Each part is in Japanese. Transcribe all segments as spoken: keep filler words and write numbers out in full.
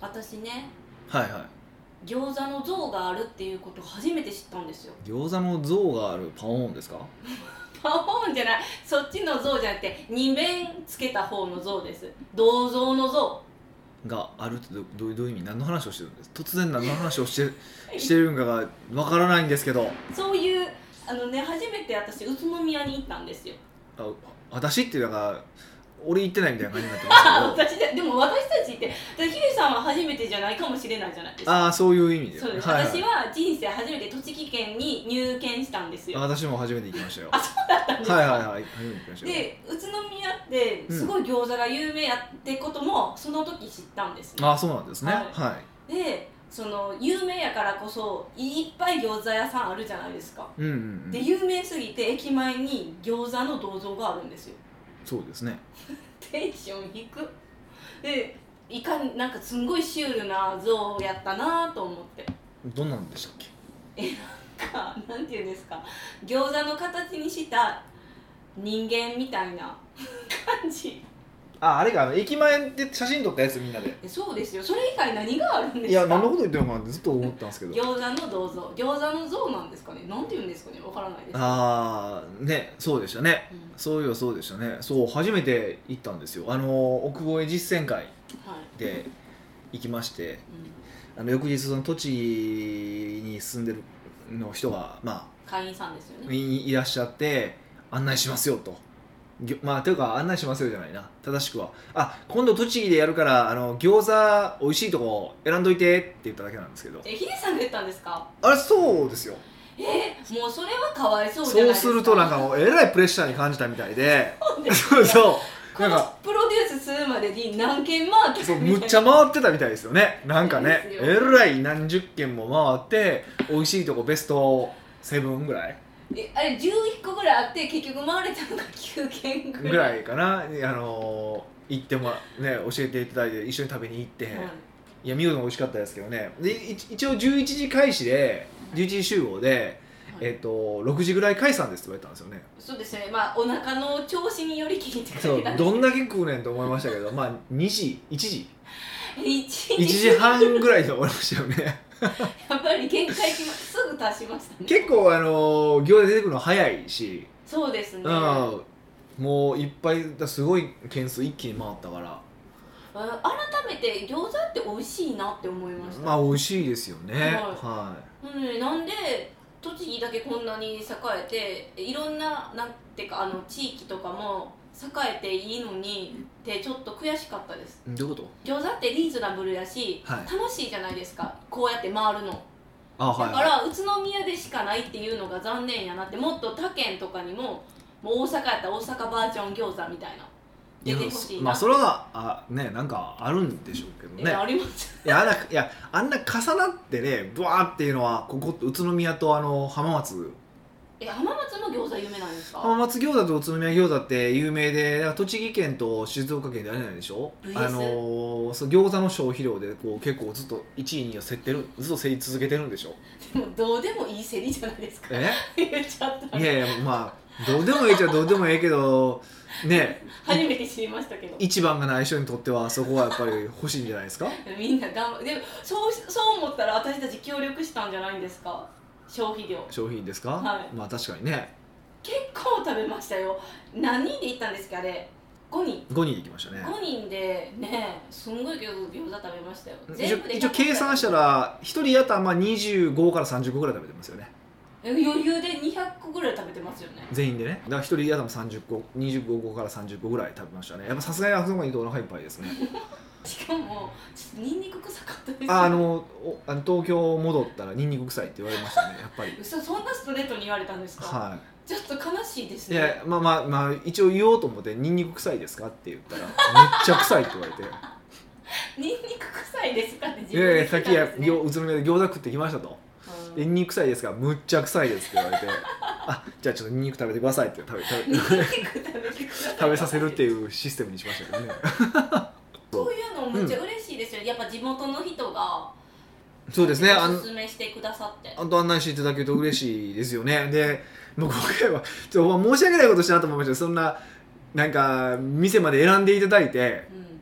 私ね、 はいはい。 餃子の像があるっていうことを初めて知ったんですよ。 餃子の像があるパオーンですか？ パオンじゃない、そっちの像じゃなくてに面つけた方の像です。銅像の像があるって ど, どういうどういう意味？何の話をしてるんです？突然何の話をしてしてるんかがわからないんですけど。 そういうあのね、初めて私宇都宮に行ったんですよ。 あ、私っていうか俺行ってないみたいな感じになってますけど私ででも私たちってヒデさんは初めてじゃないかもしれないじゃないですか。 ああ、そういう意味で。 そうです、 はいはい、 私は人生初めて栃木県に入県したんですよ。 私も初めて行きましたよ。 あ、そうだったんですか。 はいはいはい、初めて行きましたよ。 で、宇都宮ってすごい餃子が有名やってこともその時知ったんですね、 ああ、そうなんですね。 はい、 はい、 で、その有名やからこそいっぱい餃子屋さんあるじゃないですか、 うんうんうん、 で有名すぎて駅前に餃子の銅像があるんですよ。 そうですね。 テンション低くで、いかんなんかすんごいシュールな像やったなと思って。 どんなんでしたっけ？ え、なんかなんていうんですか、餃子の形にした人間みたいな感じ。 あ、あれがあの駅前で写真撮ったやつみんなで。 そうですよ。それ以外何があるんですか？ いや、何のこと言ってるのかなってずっと思ったんですけど。 餃子の銅像、餃子の像なんですかね。なんて言うんですかね。わからないです。 ああ、ね、そうでしたね、うん、そういえばそうでしたね。そう初めて行ったんですよ。あの奥越え実践会で行きまして、はい、うん、あの翌日その栃木に住んでるの人がまあ会員さんですよね。 い, いらっしゃって案内しますよと。まあというか案内しますよじゃないな、正しくはあ今度栃木でやるからあの餃子美味しいとこ選んどいてって言っただけなんですけど。 え、ヒデさんが言ったんですか？ あれそうですよ。 えー、もうそれはかわいそうじゃないですか。 そうするとなんかもうえらいプレッシャーに感じたみたいでそうそうなんかプロデュースするまでに何件回ってたみたいな。 そうむっちゃ回ってたみたいですよね。なんかねえらい何十件も回って美味しいとこベストセブンぐらいえ、あれじゅういっこぐらいあって結局回れたのがきゅうけんぐらいぐらいかな。あのー、行ってもね教えていただいて一緒に食べに行って、はい、いや見事に美味しかったですけどね。で一応じゅういちじ開始でじゅういちじ集合で、はい、えー、とろくじぐらい解散ですって言われたんですよね。 そうですね、まあお腹の調子によりきりって書いてたんですけど、 そうどんだけ食うねんと思いましたけどまあにじいちじいちじはんぐらいで終わりましたよねやっぱり限界きますぐ達しましたね。 結構あの餃子出てくるの早いし。 そうですね、うん、 もういっぱいすごい件数一気に回ったから改めて餃子って美味しいなって思いました。 まあ美味しいですよね。はい、 はい、うん、なんで栃木だけこんなに栄えていろんななんていうかあの地域とかも栄えていいのにってちょっと悔しかったです。 どういうこと？ 餃子ってリーズナブルやし、はい、楽しいじゃないですか、こうやって回るの。あ、はいはい、だから宇都宮でしかないっていうのが残念やなって。もっと他県とかにも、もう大阪やったら大阪バージョン餃子みたいな出てほしいな。 まあそれはあ、ね、なんかあるんでしょうけどね。 ありますいや、あんな、いや、あんな重なってねブワーっていうのはここ宇都宮とあの浜松。 え、浜松も餃子有名なんですか？ 浜松餃子と宇都宮餃子って有名で、栃木県と静岡県であれないでしょ。あのー、そう餃子の消費量でこう結構ずっといちいにを競ってる、ずっと競り続けてるんでしょ。 でもどうでもいい競りじゃないですか。え言っちゃった。 いやいや、まあどうでもいいっちゃどうでもいいけどね、 初めて知りましたけど、 一番がない人にとってはそこはやっぱり欲しいんじゃないですかみんな頑張でもそうそう思ったら私たち協力したんじゃないんですか。消費量消費ですか、 はい、 まあ確かにね。 結構食べましたよ。何人で行ったんですかあれ。ごにん。 ごにんで行きましたね。 ごにんでね、すんごい餃子食べましたよ。 全部で一応計算したらひとり頭にじゅうごからさんじゅっこぐらい食べてますよね。 余裕でにひゃっこぐらい食べてますよね、 全員でね。だからひとり頭さんじゅっこ、にじゅうごからさんじゅっこぐらい食べましたね。やっぱさすがにあそこにいるとお腹いっぱいですねしかもちょっとニンニク臭かったですよ。 ああのあの東京戻ったらニンニク臭いって言われましたねやっぱり。 嘘、そんなストレートに言われたんですか？はい、ちょっと悲しいですね。 いや、まあまあまあ一応言おうと思ってニンニク臭いですかって言ったらめっちゃ臭いって言われてニンニク臭いですかって自分で、ね、いやいやさっきや宇都宮で餃子食ってきましたと、うん、でニンニク臭いですか、むっちゃ臭いですって言われてあ、じゃあちょっとニンニク食べてくださいって食べ食べ食べさせるっていうシステムにしましたけどねそういうのめっちゃ嬉しいですよ、うん、やっぱ地元の人がそうですね、 おすすめしてくださってあと案内していただけると嬉しいですよね。でもう今回はちょっと申し訳ないことしたなと思いましたけど、そんななんか店まで選んでいただいて、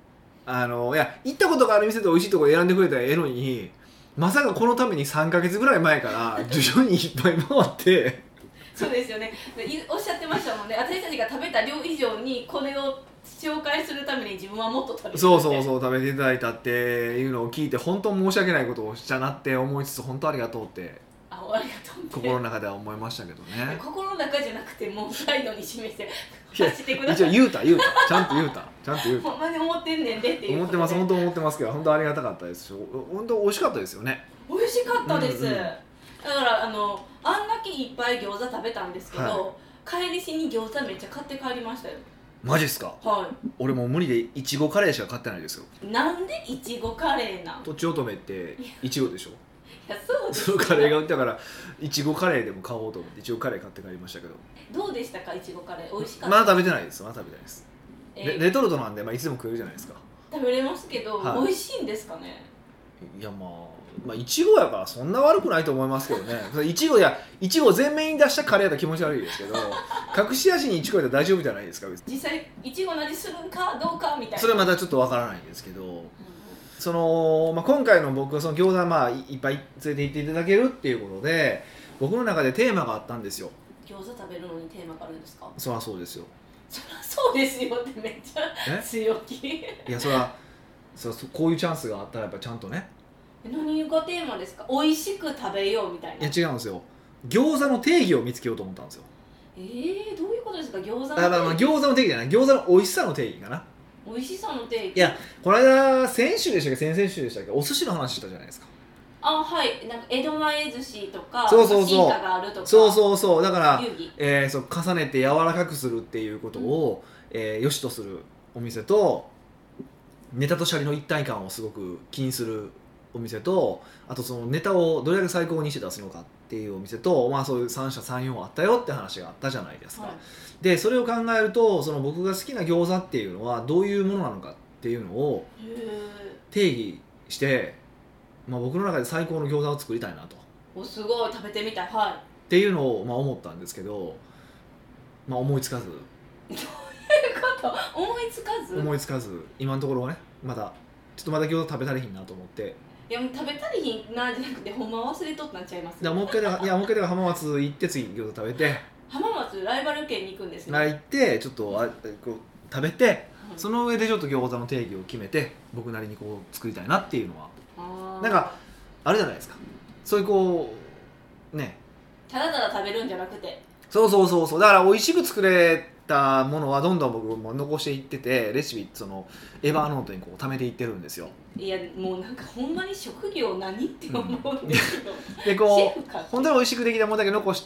あのいや行ったことがある店で美味しいところ選んでくれたらええのに、まさかこのためにさんかげつぐらい前から徐々にいっぱい回ってそうですよね、おっしゃってましたもんね、私たちが食べた量以上にこれを紹介するために自分はもっと食べてそうそうそう食べていただいたっていうのを聞いて、本当申し訳ないことをしたなって思いつつ、本当ありがとうってあありがとうって心の中では思いましたけどね。 心の中じゃなくてもう態度に示して走ってください。 一応言うた言うたちゃんと言うたちゃんと言うたほんまに思ってんねんでっていう思ってます、本当思ってますけど、本当ありがたかったですし、本当美味しかったですよね。 美味しかったです、 うんうん、 だからあのあんだけいっぱい餃子食べたんですけど、はい、帰りしに餃子めっちゃ買って帰りましたよ。 マジっすか？ はい。 俺もう無理でいちごカレーしか買ってないですよ。 なんでいちごカレーなん？ とちおとめっていちごでしょ。 いやそうです。 そのカレーが売ったからいちごカレーでも買おうと思っていちごカレー買って帰りましたけど。 どうでしたかいちごカレー？美味しかった？ まだ食べてないです。まだ食べてないです。 えー、 レ, レトルトなんで、まあ、いつでも食えるじゃないですか。 食べれますけど、はい、美味しいんですかね？ いやまあまあいちごやからそんな悪くないと思いますけどね。いちごやいちご全面に出したカレーやったら気持ち悪いですけど隠し味にいちごやったら大丈夫じゃないですか。 実際いちごの味するかどうかみたいな、 それはまたちょっとわからないんですけど、うん、その、まあ、今回の僕はその餃子まあいっぱい連れて行っていただけるっていうことで、僕の中でテーマがあったんですよ。 餃子食べるのにテーマがあるんですか？ そりゃそうですよ。 そりゃそうですよってめっちゃ強気。いやそりゃそりゃこういうチャンスがあったらやっぱちゃんとね。 何がテーマですか？美味しく食べようみたいな。 いや違うんですよ。餃子の定義を見つけようと思ったんですよ。 えー、どういうことですか？餃子の定義。 あ、まあ、まあ餃子の定義じゃない、餃子の美味しさの定義かな。 美味しさの定義。 いやこの間先週でしたっけ先々週でしたっけ、お寿司の話したじゃないですか。 あ、はい、なんか江戸前寿司とかそうそうそう進化があるとか、 そうそうそうだから、 遊戯、 えー、そう重ねて柔らかくするっていうことを、うん、えー、良しとするお店と、ネタとシャリの一体感をすごく気にするお店と、あとそのネタをどれだけ最高にして出すのかっていうお店と、まあ、そういう三者三様あったよって話があったじゃないですか、はい、でそれを考えると、その僕が好きな餃子っていうのはどういうものなのかっていうのを定義して、まあ、僕の中で最高の餃子を作りたいなと。 おすごい食べてみたい、はい、 っていうのをまあ思ったんですけど、まあ、思いつかず。 どういうこと思いつかず思いつかず今のところはね、まだちょっとまだ餃子食べたりひんなと思って。 いやもう食べたりひんなじゃなくて、ほんま忘れとったんちゃいます？ だからもう一回だいやもう一回だから浜松行って次餃子食べて、 浜松ライバル県に行くんですね。 行ってちょっとあこう食べて、はい、その上でちょっと餃子の定義を決めて僕なりにこう作りたいなっていうのは、あなんかあれじゃないですか、そういうこうね、 ただただ食べるんじゃなくて、 そうそうそうそう、だから美味しく作れたものはどんどん僕も残していってて、レシピそのエバーノートにこう貯めていってるんですよ。 いやもうなんかほんまに職業何って思うんですけど、うん、 でこう本当に美味しくできたものだけ残して、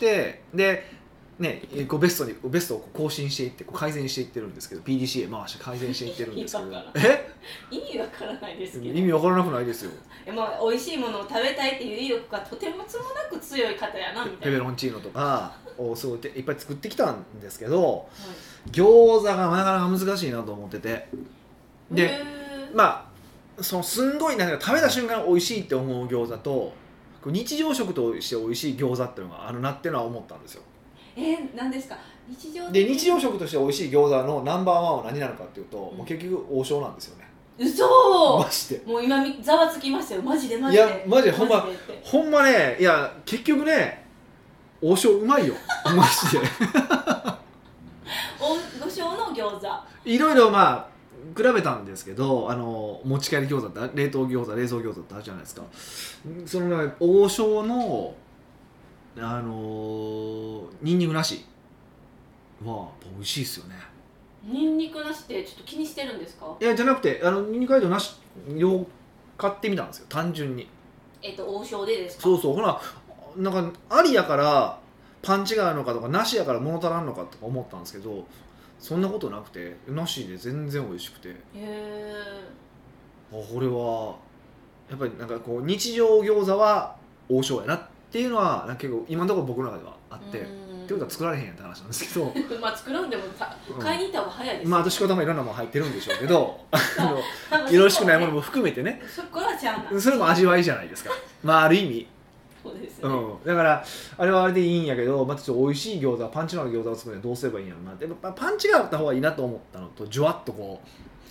でね、こうベストにベストを更新していってこう改善していってるんですけど、 ピーディーシーエー 回して改善していってるんですけどえ意味わからないですけど、 意味わからなくないですよ。 まあ、美味しいものを食べたいっていう意欲がとてもつもなく強い方やなみたいな。 ペペロンチーノとかをすごいいっぱい作ってきたんですけど、はい、餃子がなかなか難しいなと思ってて、でまあそのすんごいなんか食べた瞬間美味しいって思う餃子と、日常食として美味しい餃子っていうのがあるなっていうのは思ったんですよ。 えー、何ですか？日常で日常食として美味しい餃子のナンバーワンは何なのかっていうと、うん、もう結局王将なんですよね。 嘘。 マジでもう今ざわつきましたよ、マジでマジで。 いやマジでほんまほんまね、いや結局ね王将うまいよマジで王将の餃子いろいろまあ比べたんですけど、あの持ち帰り餃子って冷凍餃子冷蔵餃子ってあるじゃないですか。その、ね、王将のあのー、ニンニクなしは美味しいですよね。 ニンニクなしってちょっと気にしてるんですか？ いやじゃなくて、あのニンニク街道なしを買ってみたんですよ、単純に。 えっと王将でですか？ そうそう、ほらなんかありやからパンチがあるのかとか、なしやから物足らんのかとか思ったんですけど、そんなことなくて、なしで全然美味しくて、へえ、 あこれはやっぱりなんかこう日常餃子は王将やなっていうのはなんか結構今のところ僕の中ではあって、ってことは作られへんやって話なんですけどまあ作らんでも買いに行った方が早いです、ね、 まああと仕方もいろんなもの入ってるんでしょうけどあのよろしくないものも含めてね、 そこはちゃんなそれも味わいじゃないですかまあある意味そうですね、 うん、だからあれはあれでいいんやけど、またちょっと美味しい餃子パンチのある餃子を作るにはどうすればいいんやろうなって、パンチがあった方がいいなと思ったのと、ジュワッとこう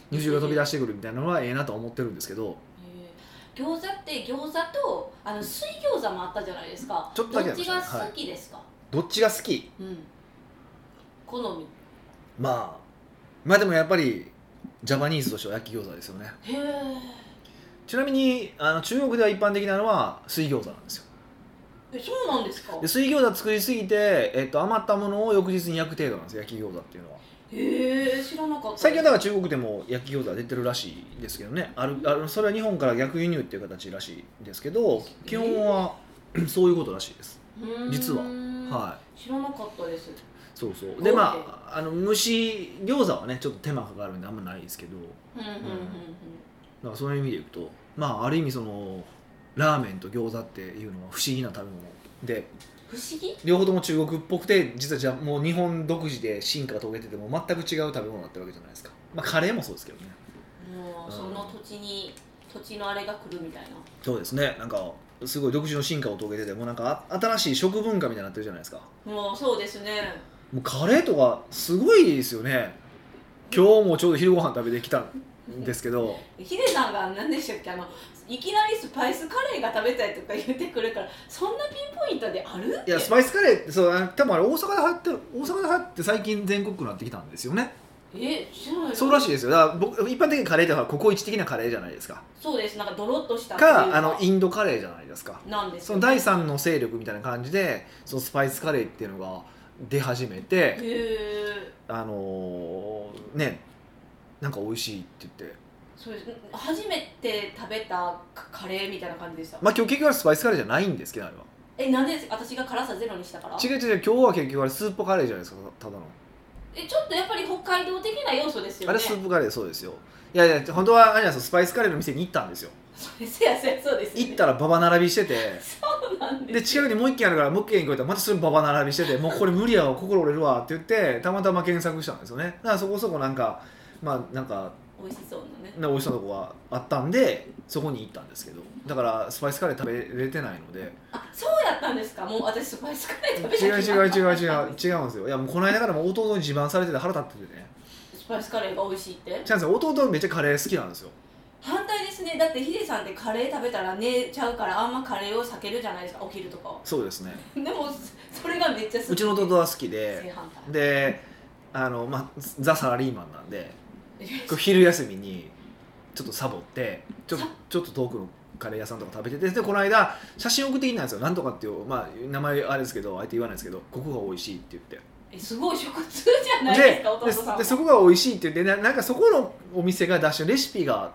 肉汁が飛び出してくるみたいなのはええなと思ってるんですけど、 餃子って餃子とあの水餃子もあったじゃないですか。 ちょっとだけどっちが好きですか？はい、 どっちが好き、 うん、好み。 まあまあでもやっぱりジャパニーズとしては焼き餃子ですよね。 へえ。 ちなみにあの中国では一般的なのは水餃子なんですよ。 え、そうなんですか？ で水餃子作りすぎて、えっと、余ったものを翌日に焼く程度なんですよ、焼き餃子っていうのは。 へえ、知らなかった。 最近はだから中国でも焼き餃子出てるらしいですけどね。あるあるそれは日本から逆輸入っていう形らしいですけど、基本はそういうことらしいです、実は。はい、 知らなかったです。 そうそう。でまああの蒸し餃子はねちょっと手間かかるんであんまないですけど、 うんうんうんうん、 だからそういう意味でいくと、まあある意味そのラーメンと餃子っていうのは不思議な食べ物で、 不思議？ 両方とも中国っぽくて、実はじゃもう日本独自で進化が遂げてても全く違う食べ物になってるわけじゃないですか。まあカレーもそうですけどね。 もうその土地に土地のあれが来るみたいな。 そうですね。なんかすごい独自の進化を遂げてて、もうなんか新しい食文化みたいになってるじゃないですか。 もうそうですね。 もうカレーとかすごいですよね。今日もちょうど昼ご飯食べてきたんですけどヒデさんが何でしたっけ、あのいきなりスパイスカレーが食べたいとか言ってくるから、そんなピンポイントである？ いやスパイスカレーってそう、多分あれ大阪で流行って大阪で流行って最近全国区になってきたんですよね。 え、知らない。 そうらしいですよ。だから僕一般的にカレーってココイチ的なカレーじゃないですか。 そうです。なんかドロッとしたかあのインドカレーじゃないですか。 なんですよ、ね、 その第三の勢力みたいな感じでそのスパイスカレーっていうのが出始めて、 へあのー、ねなんか美味しいって言って。 そうです。初めて食べたカレーみたいな感じでした。 まあ今日結局はスパイスカレーじゃないんですけど、あれは。 え、なんで私が辛さゼロにしたから？ 違う違う、今日は結局あれスープカレーじゃないですか、ただの。 え、ちょっとやっぱり北海道的な要素ですよね。 あれスープカレー、そうですよ。いやいや本当はあれなんですよ、スパイスカレーの店に行ったんですよ。 そうですやそうやそうです、ね、 行ったらババ並びしてて、 そうなんです。 で近くにもう一軒あるからもう一軒行こうとまたそれババ並びしてて、もうこれ無理やわ心折れるわって言ってたまたま検索したんですよね。だからそこそこなんかまあなんか美味しそうなね、 美味しそうなとこがあったんでそこに行ったんですけど、だからスパイスカレー食べれてないので。 あ、そうやったんですか。もう私スパイスカレー食べた違う違う違う違う違うんですよ。いやもうこの間からも弟に自慢されてて腹立っててね、 スパイスカレーが美味しいって。 違うんですよ、弟めっちゃカレー好きなんですよ。 反対ですね。だってヒデさんってカレー食べたら寝ちゃうからあんまカレーを避けるじゃないですか、お昼とかは。 そうですね。 でもそれがめっちゃ好き。 うちの弟は好きで、であの、まあ、ザ・サラリーマンなんで昼休みにちょっとサボってちょ, ちょっと遠くのカレー屋さんとか食べてて、でこの間写真送ってきたんですよ。なんとかっていう、まあ、名前あれですけどあえて言わないですけど、ここが美味しいって言って。 え、すごい食通じゃないですか、弟さんは。 で, でそこが美味しいって言って な, なんかそこのお店が出してるレシピがあって、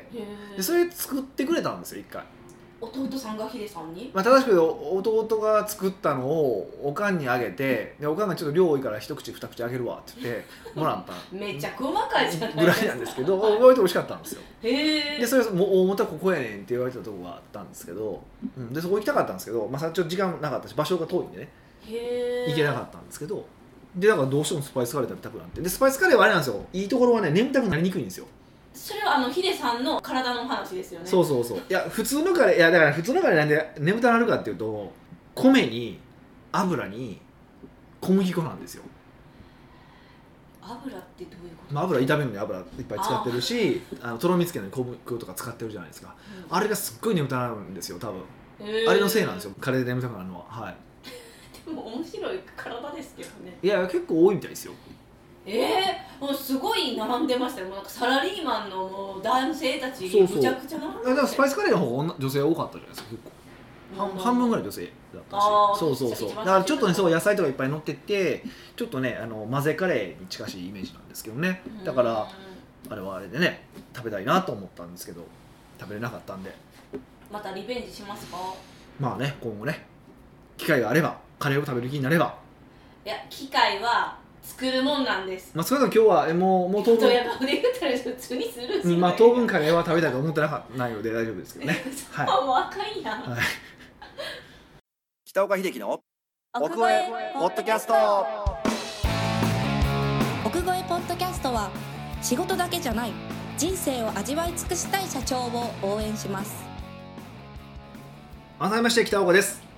でそれ作ってくれたんですよ、一回。 弟さんがヒデさんに、 まあ、正しく弟が作ったのをおかんにあげて、でおかんがちょっと量多いから一口二口あげるわって言ってもらっためっちゃ細かいじゃないですかぐらいなんですけど、覚えて美味しかったんですよ。 へでそれもう大元はここやねんって言われたところがあったんですけど、うん、でそこ行きたかったんですけど、まあ、ちょっと時間なかったし場所が遠いんでねへ行けなかったんですけど、でだからどうしてもスパイスカレー食べたくなって、でスパイスカレーはあれなんですよ、いいところはね眠たくなりにくいんですよ。 それはあのヒデさんの体の話ですよね。 そうそうそう。いや普通のカレー、いやだから普通のカレーなんで眠たくなるかっていうと、米に油に小麦粉なんですよ。 油ってどういうこと？ まあ、油炒めるのに油いっぱい使ってるし、あのとろみつけるのに小麦粉とか使ってるじゃないですか、うん、あれがすっごい眠たくなるんですよ多分。あれのせいなんですよ、カレーで眠たくなるのは。はいでも面白い体ですけどね。 いや結構多いみたいですよ。 えー、もうすごい並んでましたよ。もうなんかサラリーマンのもう男性たちむちゃくちゃ並んでて。 だからスパイスカレーの方が女性多かったじゃないですか、結構。半, 半分ぐらい女性だったし。そうそうそう。だからちょっとね、そう野菜とかいっぱい乗ってて、ちょっとねあの混ぜカレーに近しいイメージなんですけどね。だからあれはあれでね食べたいなと思ったんですけど食べれなかったんで。 またリベンジしますか？ まあね、今後ね機会があればカレーを食べる気になれば。 いや機会は作るもんなんです。 まあそれと今日はえもうもう当分。 人や顔で言ったら普通にするし。 まあ当分カレーは食べたいと思ってなかったないので大丈夫ですけどね。 はい。もうあかんやん。はい。 北岡秀樹の奥越えポッドキャスト。奥越えポッドキャストは仕事だけじゃない人生を味わい尽くしたい社長を応援します。 改めまして北岡です。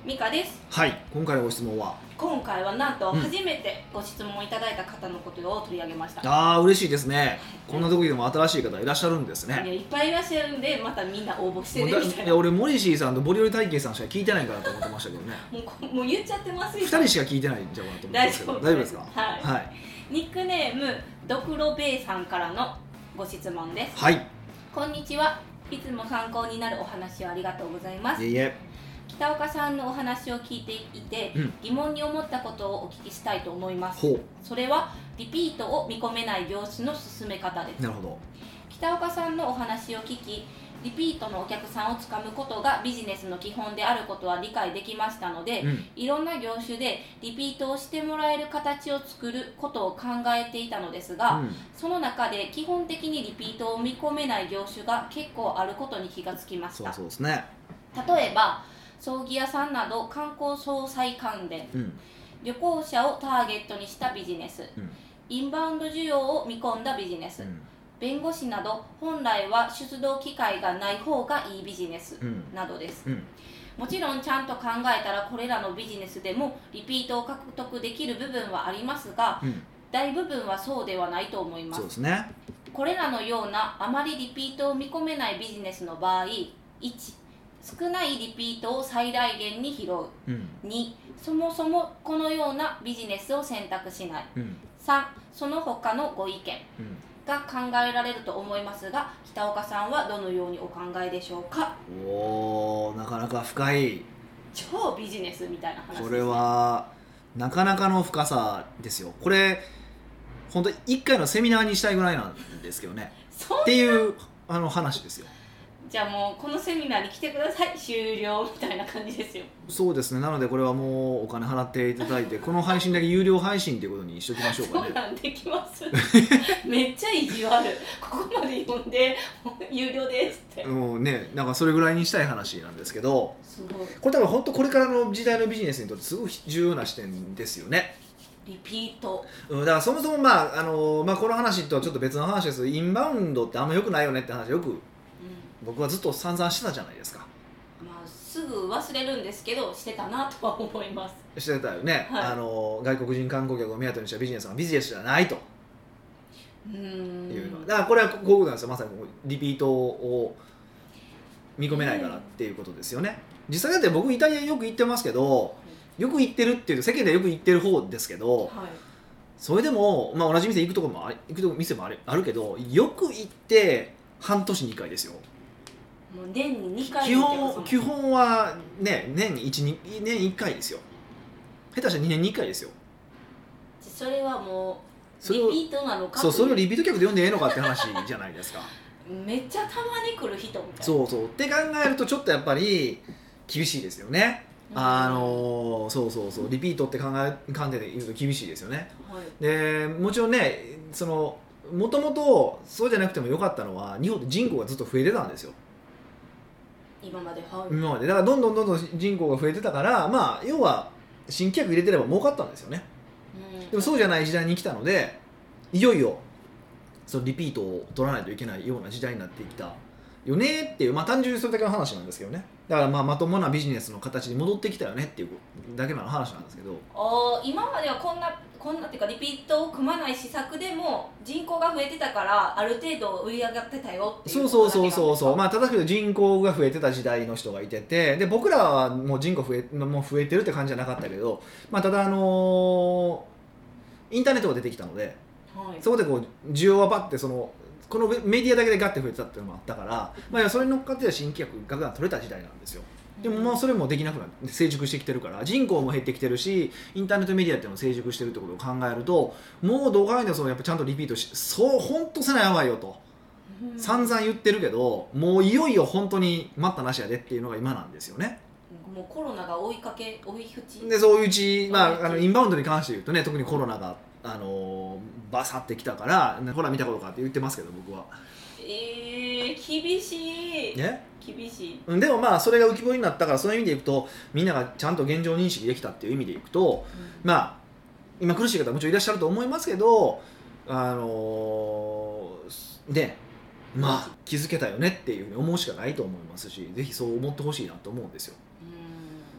ミカです。 はい、今回のご質問は今回はなんと初めてご質問いただいた方のことを取り上げました。 うん、ああ嬉しいですね。こんな時でも新しい方いらっしゃるんですね。 いやいっぱいいらっしゃるんでまたみんな応募してるみたいな。 いや俺モリシーさんとボリオリ体系さんしか聞いてないかなと思ってましたけどね。 もうもう言っちゃってますよ。 ふたりしか聞いてないんじゃないかと思ってますけど。大丈夫ですか。 はい。はい、ニックネームドクロベイさんからのご質問です。 はい。 こんにちは。いつも参考になるお話をありがとうございます。 いえいえ。 北岡さんのお話を聞いていて、うん、疑問に思ったことをお聞きしたいと思います。それはリピートを見込めない業種の進め方です。 なるほど。 北岡さんのお話を聞き、リピートのお客さんをつかむことがビジネスの基本であることは理解できましたので、うん、いろんな業種でリピートをしてもらえる形を作ることを考えていたのですが、うん、その中で基本的にリピートを見込めない業種が結構あることに気がつきました。 そうそうですね。 例えば葬儀屋さんなど観光総裁関連、うん、旅行者をターゲットにしたビジネス、うん、インバウンド需要を見込んだビジネス、うん、弁護士など本来は出動機会がない方がいいビジネスなどです、うんうん、もちろんちゃんと考えたらこれらのビジネスでもリピートを獲得できる部分はありますが、うん、大部分はそうではないと思います。 そうですね。 これらのようなあまりリピートを見込めないビジネスの場合、いち少ないリピートを最大限に拾う、うん、にそもそもこのようなビジネスを選択しない、うん、さんその他のご意見が考えられると思いますが、北岡さんはどのようにお考えでしょうか。 おー、なかなか深い。 超ビジネスみたいな話ですね。 これはなかなかの深さですよ。これ本当いっかいのセミナーにしたいぐらいなんですけどねっていうあの話ですよ。 じゃあもうこのセミナーに来てください終了みたいな感じですよ。 そうですね。なのでこれはもうお金払っていただいてこの配信だけ有料配信ということにしときましょうかね。 そうなんできますめっちゃ意地悪。ここまで読んで有料ですってもうね、なんかそれぐらいにしたい話なんですけど、すごいこれ多分本当これからの時代のビジネスにとってすごい重要な視点ですよね。 リピート、 うん、だからそもそもまああの、まあ、この話とはちょっと別の話ですけど、インバウンドってあんま良くないよねって話よく僕はずっと散々してたじゃないですか。 まあ、すぐ忘れるんですけどしてたなとは思います。 してたよね、はい、あの外国人観光客を目当てにしたビジネスはビジネスじゃないというのだからこれはこういうことなんですよ。まさにリピートを見込めないからっていうことですよね。実際だって僕イタリアよく行ってますけど、よく行ってるっていう世間ではよく行ってる方ですけど、はい、それでも、まあ、同じ店行くとこもある行くとこ店もある、あるけどよく行って半年にいっかいですよ。 もう年ににかい基本、基本はね、年にいち、に年いっかいですよ。下手したらにねんにいっかいですよ。 それはもうリピートなのか。 そう、それをリピート客で呼んでええのかって話じゃないですかめっちゃたまに来る人みたいな。 そうそうって考えるとちょっとやっぱり厳しいですよね。あのそうそうそうリピートって考え観点で言うと厳しいですよね、はい、でもちろんね、そのもともとそうじゃなくてもよかったのは日本って人口がずっと増えてたんですよ。 今まで、はい、 今までだからどんどんどんどん人口が増えてたから、まあ要は新規客入れてれば儲かったんですよね。うん、でもそうじゃない時代に来たので、いよいよそのリピートを取らないといけないような時代になってきたよねっていう、まあ単純にそれだけの話なんですけどね。だからまあまともなビジネスの形に戻ってきたよねっていうだけの話なんですけど、 あ今まではこんなこんなっていうかリピートを組まない施策でも人口が増えてたからある程度売り上がってたよっていう。 そうそうそうそうそう、まあ正しく人口が増えてた時代の人がいてて、で僕らはもう人口増えもう増えてるって感じじゃなかったけど、まあただあのー、インターネットが出てきたので、はい、そこでこう需要はバッてそのこのメディアだけでガッて増えてたっていうのもあったから、まあ、それに乗っかって新規客がガン取れた時代なんですよ。でもまあそれもできなくなって成熟してきてるから、人口も減ってきてるしインターネットメディアっていうのも成熟してるってことを考えると、もうどう考えてもそのやっぱちゃんとリピートし、そう本当せなやばいよと散々言ってるけど、もういよいよ本当に待ったなしやでっていうのが今なんですよね。 もうコロナが追いかけ追い打ちで、そういううち、まあ、あのインバウンドに関して言うとね、特にコロナがあのバサってきたからほら見たことかって言ってますけど、僕はえー、厳しいね、 厳しい。でもまあそれが浮き彫りになったから、そういう意味でいくとみんながちゃんと現状認識できたっていう意味でいくと、うん、まあ今苦しい方ももちろんいらっしゃると思いますけど、あのー、でまあ気づけたよねっていうふうに思うしかないと思いますし、ぜひそう思ってほしいなと思うんですよ。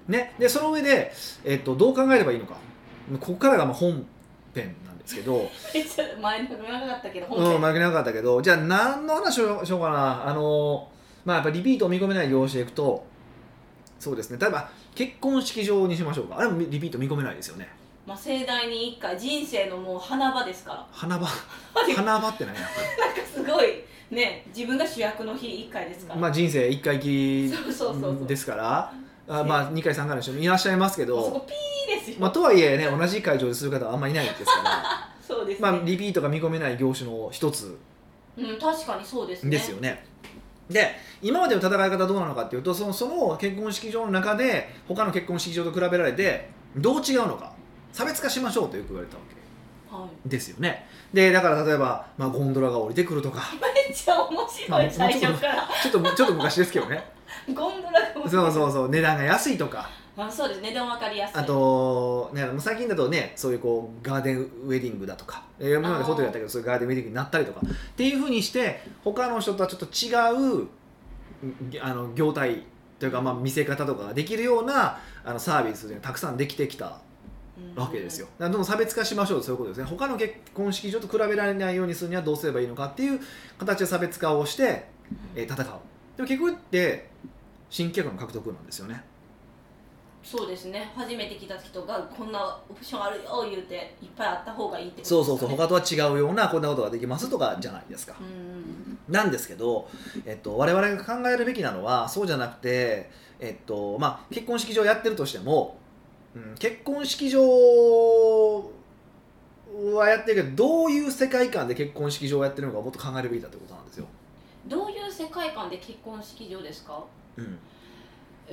ね、でその上で、えっと、どう考えればいいのか、ここからがまあ本編なんですけどめっちゃ前の長かったけど本編、うん、前長かったけど、じゃあ何の話をしようかな。あのまあやっぱリピートを見込めない業種でいくと、そうですね、例えば結婚式場にしましょうか。あれもリピート見込めないですよね。 まあ、盛大にいっかい、人生のもう花場ですから。 花場花場って何やなんかすごいね、自分が主役の日いっかいですから、 まあ人生いっかいきりですから、あまあにかいさんかいの人もいらっしゃいますけど、 そこピーですよ、 まあ、とはいえね、同じ会場でする方はあんまりいないですからそうですね、 まあ、リピートが見込めない業種の一つ、 うん、確かにそうですね。 ですよね。で今までの戦い方はどうなのかっていうと、そのその結婚式場の中で他の結婚式場と比べられてどう違うのか、差別化しましょうとよく言われたわけ、はい、ですよね。でだから例えば、まあ、ゴンドラが降りてくるとかめっちゃ面白い、まあ、最初からちょっとちょっと昔ですけどねゴンドラが降りてくる、 そうそうそう、値段が安いとか、 まあ、そうですね、値段分かりやすい。 あと、ね、最近だとね、そういうこうガーデンウェディングだとか、今までホテルやったけどそういうガーデンウェディングになったりとかっていうふうにして他の人とはちょっと違うあの業態というか、まあ、見せ方とかができるようなあのサービスがたくさんできてきたわけですよ。だからどんどん差別化しましょうと、そういうことですね。他の結婚式場と比べられないようにするにはどうすればいいのかっていう形で差別化をして、えー、戦う。でも結局って新規客の獲得なんですよね。 そうですね、初めて来た人がこんなオプションあるよ言うていっぱいあった方がいいってことですかね。 そうそうそう、他とは違うようなこんなことができますとかじゃないですか。 うんなんですけど、えっと、我々が考えるべきなのはそうじゃなくて、えっとまあ、結婚式場やってるとしても、うん、結婚式場はやってるけどどういう世界観で結婚式場をやってるのかをもっと考えるべきだということなんですよ。 どういう世界観で結婚式場ですか。うん、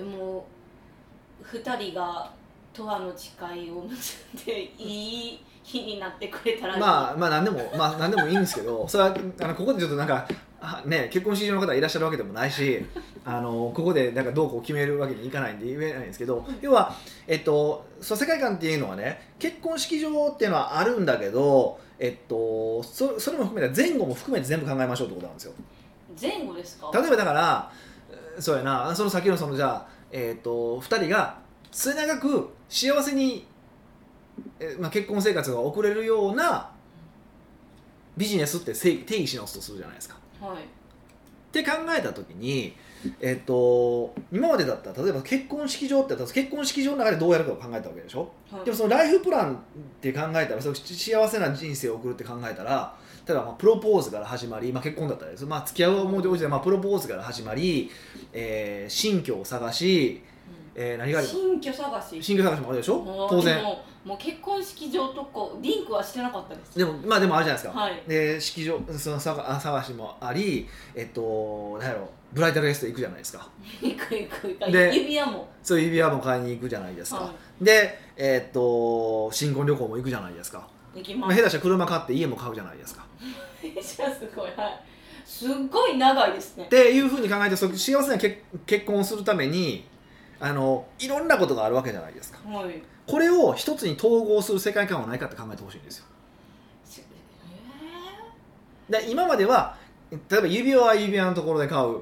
もうふたりが永遠の誓いを結んでいい日になってくれたらいい。 まあまあ何でもまあ何でもいいんですけど、それはあのここでちょっとなんかね、結婚式場の方がいらっしゃるわけでもないし、あのここでなんかどうこう決めるわけにいかないんで言えないんですけど、要はえっとその世界観っていうのはね、結婚式場っていうのはあるんだけど、えっとそそれも含めた前後も含めて全部考えましょうってことなんですよ。 前後ですか。 例えばだからそうやな、その先のそのじゃあえっとふたりが末永く幸せに、えまあ、結婚生活が送れるようなビジネスって定義し直すとするじゃないですか。 はい、 って考えた時に、えっと、今までだったら例えば結婚式場ってやったら結婚式場の中でどうやるかを考えたわけでしょ、はい、でもそのライフプランって考えたら、その幸せな人生を送るって考えたら、例えばまあプロポーズから始まり、まあ、結婚だったらです、まあ、付き合う思い出おいて、まあ、プロポーズから始まり、えー、新居を探し、えー、何がある新居探し新居探しもあるでしょ当然。 もう、もう結婚式場とこリンクはしてなかったです。 でもまあでもあるじゃないですか、 はい、 で式場その探しもあり、えっと何やろブライダルエステ行くじゃないですか。 行く行く行く。で指輪もそう指輪も買いに行くじゃないですか、 はい、 で、えっと新婚旅行も行くじゃないですか。 行きます。 まあ、下手したら車買って家も買うじゃないですか。 めっちゃすごい、はい、すっごい長いですね。 っていうふうに考えて、そ幸せな結結婚をするためにあのいろんなことがあるわけじゃないですか、 はい、 これを一つに統合する世界観はないかって考えてほしいんですよ。えー、で今までは例えば指輪は指輪のところで買う、はい、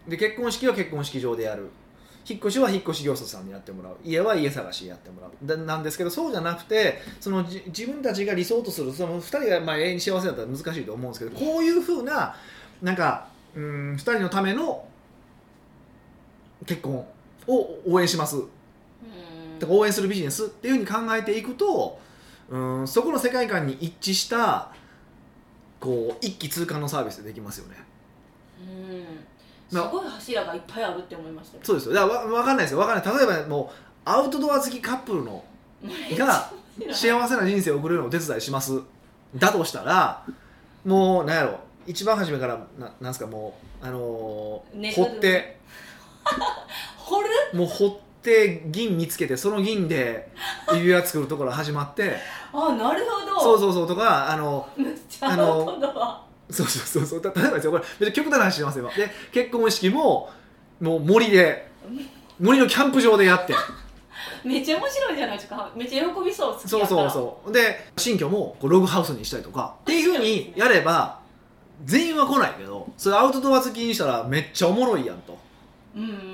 で結婚式は結婚式場でやる、引っ越しは引っ越し業者さんにやってもらう、家は家探しやってもらうなんですけど、そうじゃなくて、そのじ自分たちが理想とするそのふたりがまあ永遠に幸せだったら難しいと思うんですけど、こういうふうななんかうんふたりのための結婚を応援しますとか応援するビジネスっていうふうに考えていくと、うんそこの世界観に一致したこう一気通貫のサービスでできますよね。 うんすごい柱がいっぱいあるって思いました。 そうですよ。だからわ分かんないですよ。分かんない。例えばもうアウトドア好きカップルのが幸せな人生を送れるのをお手伝いしますだとしたら、もうなんやろ一番初めからななんすかもうあのー、掘って掘るもう掘って銀見つけてその銀で指輪作るところ始まってあなるほどそうそうそうとかあのめっちゃアウトドアそうそうそうそう例えばですよこれ別に極端な話してますよ。で結婚式ももう森で森のキャンプ場でやってめっちゃ面白いじゃないですか。めっちゃ喜びそう。 そうそうそうで新居もこうログハウスにしたりとかっていうふうにやれば全員は来ないけどそれアウトドア好きにしたらめっちゃおもろいやんと。 うんうんうん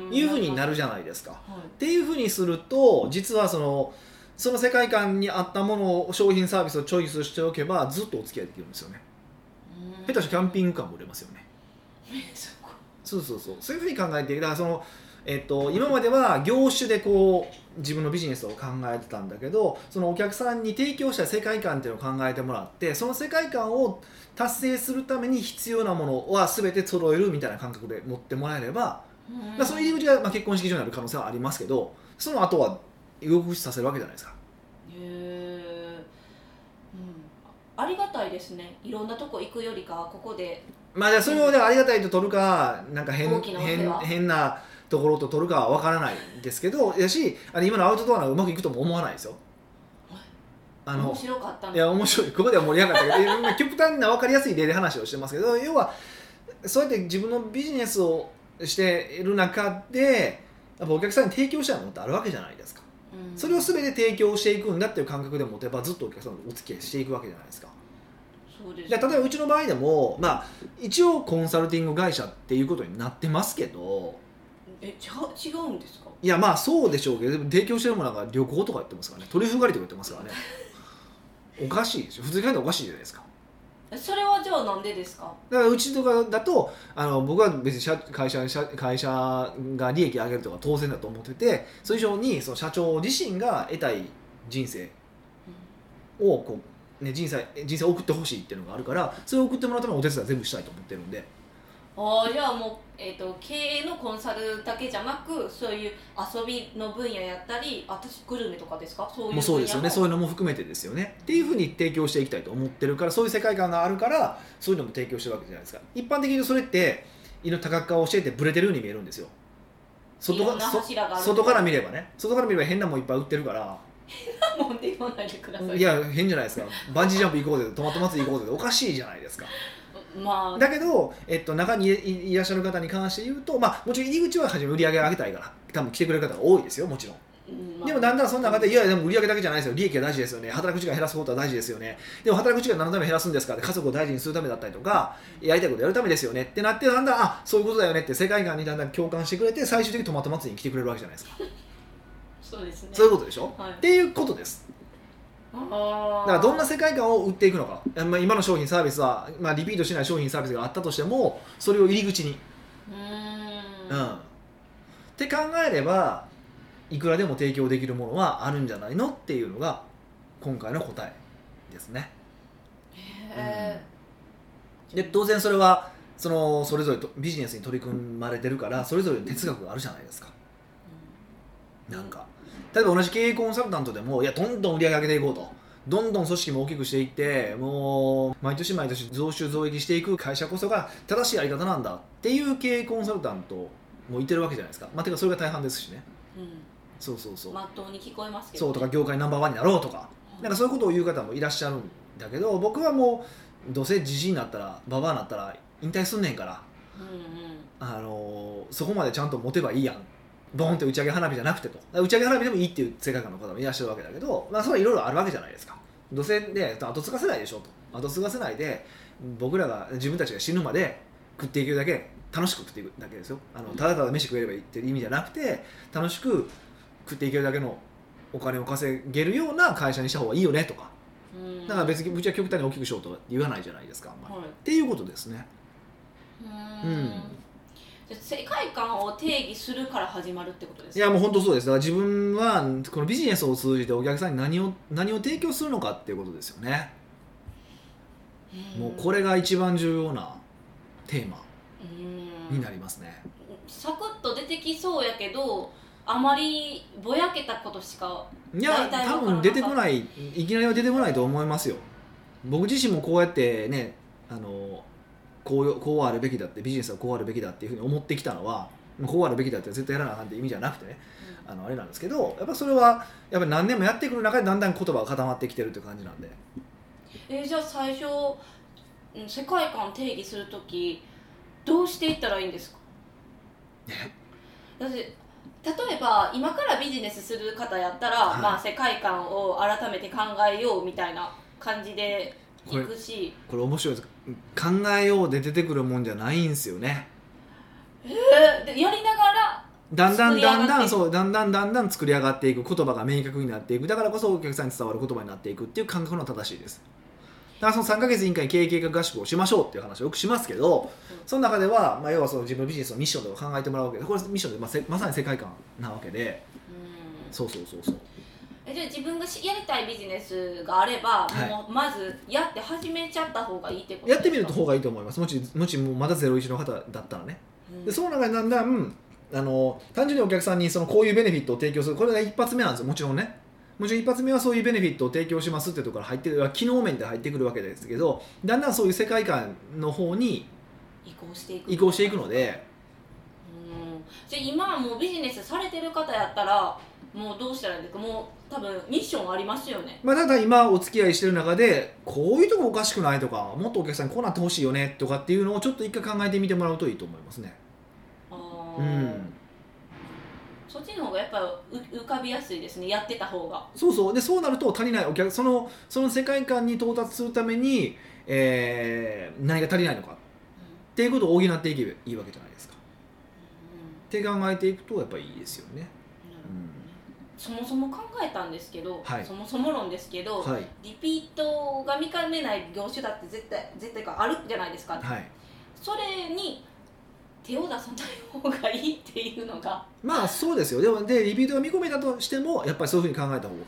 いうふうになるじゃないですか、はい、っていうふうにすると実はそのその世界観に合ったものを商品サービスをチョイスしておけばずっとお付き合いできるんですよね。下手したらキャンピングカーも売れますよね。そうそうそうそういうふうに考えて、だからその、えっと、今までは業種でこう自分のビジネスを考えてたんだけど、そのお客さんに提供した世界観っていうのを考えてもらって、その世界観を達成するために必要なものは全て揃えるみたいな感覚で持ってもらえれば、まあ、その入り口がまあ結婚式場になる可能性はありますけど、その後は動くさせるわけじゃないですか。 へえ、うん、ありがたいですね。いろんなとこ行くよりかここで、 まあ、じゃあそれをありがたいと取るか、なんか 変, 変, 変なところと取るかは分からないですけど、やしあの今のアウトドアがうまくいくとも思わないですよ。 あの面白かったの。 いや面白い、ここでは盛り上がったけど今極端な分かりやすい例で話をしてますけど、要はそうやって自分のビジネスをしている中でやっぱお客さんに提供したいものってあるわけじゃないですか、うん、それを全て提供していくんだっていう感覚で持てばずっとお客さんとお付き合いしていくわけじゃないですか。 そうです、 で例えばうちの場合でも、まあ、一応コンサルティング会社っていうことになってますけど、 えち違うんですか。 いやまあそうでしょうけど、でも提供してるものが旅行とか言ってますからね、トリュフ狩りとか言ってますからねおかしいでしょ、普通に考えたらおかしいじゃないですか。 それはじゃあなんでですか。 だからうちとかだとあの僕は別に社会社会社が利益上げるとか当然だと思ってて、それ以上にその社長自身が得たい人生をこう、ね、人生人生を送ってほしいっていうのがあるから、それを送ってもらうためのお手伝い全部したいと思ってるんで。 あじゃあもう、えーと、経営のコンサルだけじゃなく、そういう遊びの分野やったり、私グルメとかですか、そういう分野も。 もうそうですよね、そういうのも含めてですよねっていうふうに提供していきたいと思ってるから、そういう世界観があるからそういうのも提供してるわけじゃないですか。一般的にそれっていろんな多角化をしていてブレてるように見えるんですよ。外か外から見ればね、外から見れば変なもんいっぱい売ってるから。 変なもんって言わないでください。 いや変じゃないですか。バンジージャンプ行こうでトマト祭り行こうでおかしいじゃないですか。まあ、だけど、えっと、中に い, いらっしゃる方に関して言うと、まあ、もちろん入り口は初め売り上げ上げたいから多分来てくれる方が多いですよ、もちろん、うんまあ、でもだんだんその中でいやでも売り上げだけじゃないですよ、利益が大事ですよね、働く時間減らすことは大事ですよね、でも働く時間何のために減らすんですかって、家族を大事にするためだったりとかやりたいことやるためですよねってなって、だんだんあそういうことだよねって世界観にだんだん共感してくれて、最終的にトマト祭りに来てくれるわけじゃないですかそうですね、 そういうことでしょ、 はい、 っていうことです。だからどんな世界観を売っていくのか、まあ、今の商品サービスは、まあ、リピートしない商品サービスがあったとしてもそれを入り口にうーん、うん、って考えればいくらでも提供できるものはあるんじゃないのっていうのが今回の答えですね。へー、うん、で当然それはそのそれぞれとビジネスに取り組まれてるからそれぞれの哲学があるじゃないですか、うん、なんか例えば同じ経営コンサルタントでもいやどんどん売り上げ上げていこうと、どんどん組織も大きくしていってもう毎年毎年増収増益していく会社こそが正しいやり方なんだっていう経営コンサルタントもいてるわけじゃないですか。まあ、てかそれが大半ですしね、うん、そうそうそう、 まっとうに聞こえますけど、 ね、そうとか業界ナンバーワンになろうとか、うん、なんかそういうことを言う方もいらっしゃるんだけど、僕はもうどうせじじいになったらババアになったら引退すんねんから、うんうん、あのー、そこまでちゃんと持てばいいやん、ボーンって打ち上げ花火じゃなくてと、打ち上げ花火でもいいっていう世界観の方もいらっしゃるわけだけど、まあ、それはいろいろあるわけじゃないですか。どうせで後継がせないでしょと、後継がせないで僕らが自分たちが死ぬまで食っていけるだけ楽しく食っていくだけですよ。あのただただ飯食えればいいっていう意味じゃなくて、楽しく食っていけるだけのお金を稼げるような会社にした方がいいよねとか、だから別にうちは極端に大きくしようとは言わないじゃないですか、まあはい、っていうことですね。 うーん、うん、じゃ世界観を定義するから始まるってことですか。 いやもう本当そうです。だから自分はこのビジネスを通じてお客さんに何を何を提供するのかっていうことですよね。もうこれが一番重要なテーマになりますね。 サクッと出てきそうやけどあまりぼやけたことしかいや多分出てこない、いきなりは出てこないと思いますよ。僕自身もこうやってね、あのこう、こうあるべきだって、ビジネスはこうあるべきだっていうふうに思ってきたのは、こうあるべきだって絶対やらなあかんって意味じゃなくてね、うん、あのあれなんですけど、やっぱそれはやっぱり何年もやってくる中でだんだん言葉が固まってきてるっていう感じなんで。 えー、じゃあ最初世界観定義するときどうしていったらいいんですか。だって例えば今からビジネスする方やったら、はい、まあ、世界観を改めて考えようみたいな感じでいくし、 これ、これ面白いです。考えようで出てくるもんじゃないんですよね。 えー、でやりながらだんだんだんだんそうだんだんだんだん作り上がっていく、言葉が明確になっていく、だからこそお客さんに伝わる言葉になっていくっていう感覚の正しいです。だからそのさんかげつにいっかい経営計画合宿をしましょうっていう話をよくしますけど、うん、その中では、まあ、要はその自分のビジネスのミッションとか考えてもらうわけで、これミッションで ま, まさに世界観なわけで、うん、そうそうそうそう。 えじゃあ自分がやりたいビジネスがあれば、はい、もうまずやって始めちゃった方がいいってことですか？ やってみる方がいいと思います。もちもちもうまだゼロイチの方だったらね、うん、でその中でだんだんあの単純にお客さんにそのこういうベネフィットを提供する、これが一発目なんですよ。もちろんね、もちろん一発目はそういうベネフィットを提供しますってところから入ってくる、機能面で入ってくるわけですけど、だんだんそういう世界観の方に移行していく移行していくので、 うんじゃあ今はもうビジネスされてる方やったらもうどうしたらいいんですか？もう多分ミッションありますよね。 まあ、ただ今お付き合いしてる中でこういうとこおかしくないとか、もっとお客さんにこうなってほしいよねとかっていうのをちょっと一回考えてみてもらうといいと思いますね。 ああ、うん、そっちの方がやっぱ浮かびやすいですね、やってた方が。そうそう。でそうなると足りないお客、そのその世界観に到達するために、えー、何が足りないのか、うん、っていうことを補っていけばいいわけじゃないですか、うん、って考えていくとやっぱりいいですよね。そもそも考えたんですけど、はい、そもそも論ですけど、はい、リピートが見かねない業種だって絶対絶対かあるじゃないですか、はい、それに手を出さない方がいいっていうのがまあそうですよ。でもでリピートが見込めたとしてもやっぱりそういうふうに考えた方が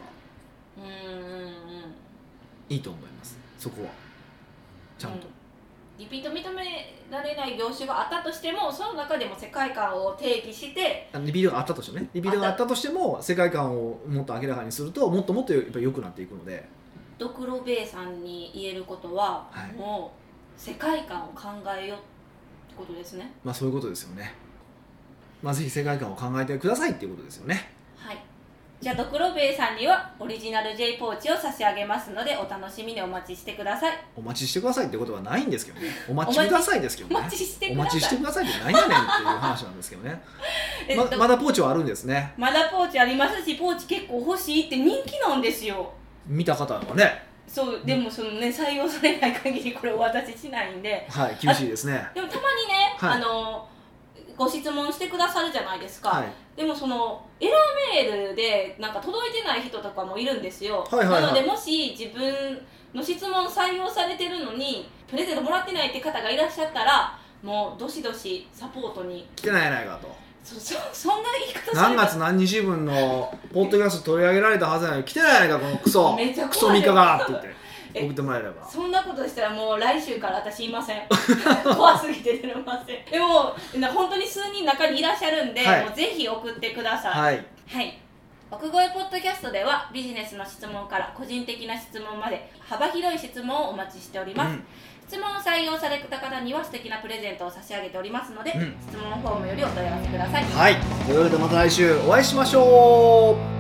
いいと思います。そこはちゃんと、うんリピート認められない業種があったとしても、その中でも世界観を定義してリピートがあったとしてもねリピートがあったとしても世界観をもっと明らかにするともっともっとやっぱり良くなっていくので、 ドクロベイさんに言えることは、はい、もう世界観を考えようってことですね。 まあそういうことですよね。まあぜひ世界観を考えてくださいっていうことですよね。 はい。じゃあドクロベイさんにはオリジナル J ポーチを差し上げますのでお楽しみにお待ちしてください。 お待ちしてくださいってことはないんですけどね。お待ちくださいですけどね。 お待ちしてください。お待ちしてくださいって何やねんっていう話なんですけどね。ま, まだポーチはあるんですね。 まだポーチありますし、ポーチ結構欲しいって人気なんですよ。 見た方はね。 そうでもそのね採用されない限りこれお渡ししないんで。 はい、厳しいですね。 でもたまにね、はい、あのご質問してくださるじゃないですか、はい、でもそのエラーメールでなんか届いてない人とかもいるんですよ、はいはいはい、なのでもし自分の質問採用されてるのにプレゼントもらってないって方がいらっしゃったらもうどしどしサポートに来てないやないかと。 そ, そ, そんな言い方何月何日分のポッドキャスト取り上げられたはずなのに来てないやないかこのクソめちゃクソミカがって言って送ってもらえれば。 そんなことしたらもう来週から私いません怖すぎて出れません。でも本当に数人中にいらっしゃるんで、はい、もうぜひ送ってください。はい、はい、奥越ポッドキャストではビジネスの質問から個人的な質問まで幅広い質問をお待ちしております、うん、質問を採用された方には素敵なプレゼントを差し上げておりますので、うん、質問フォームよりお問い合わせください。 はい、というわけでまた来週お会いしましょう。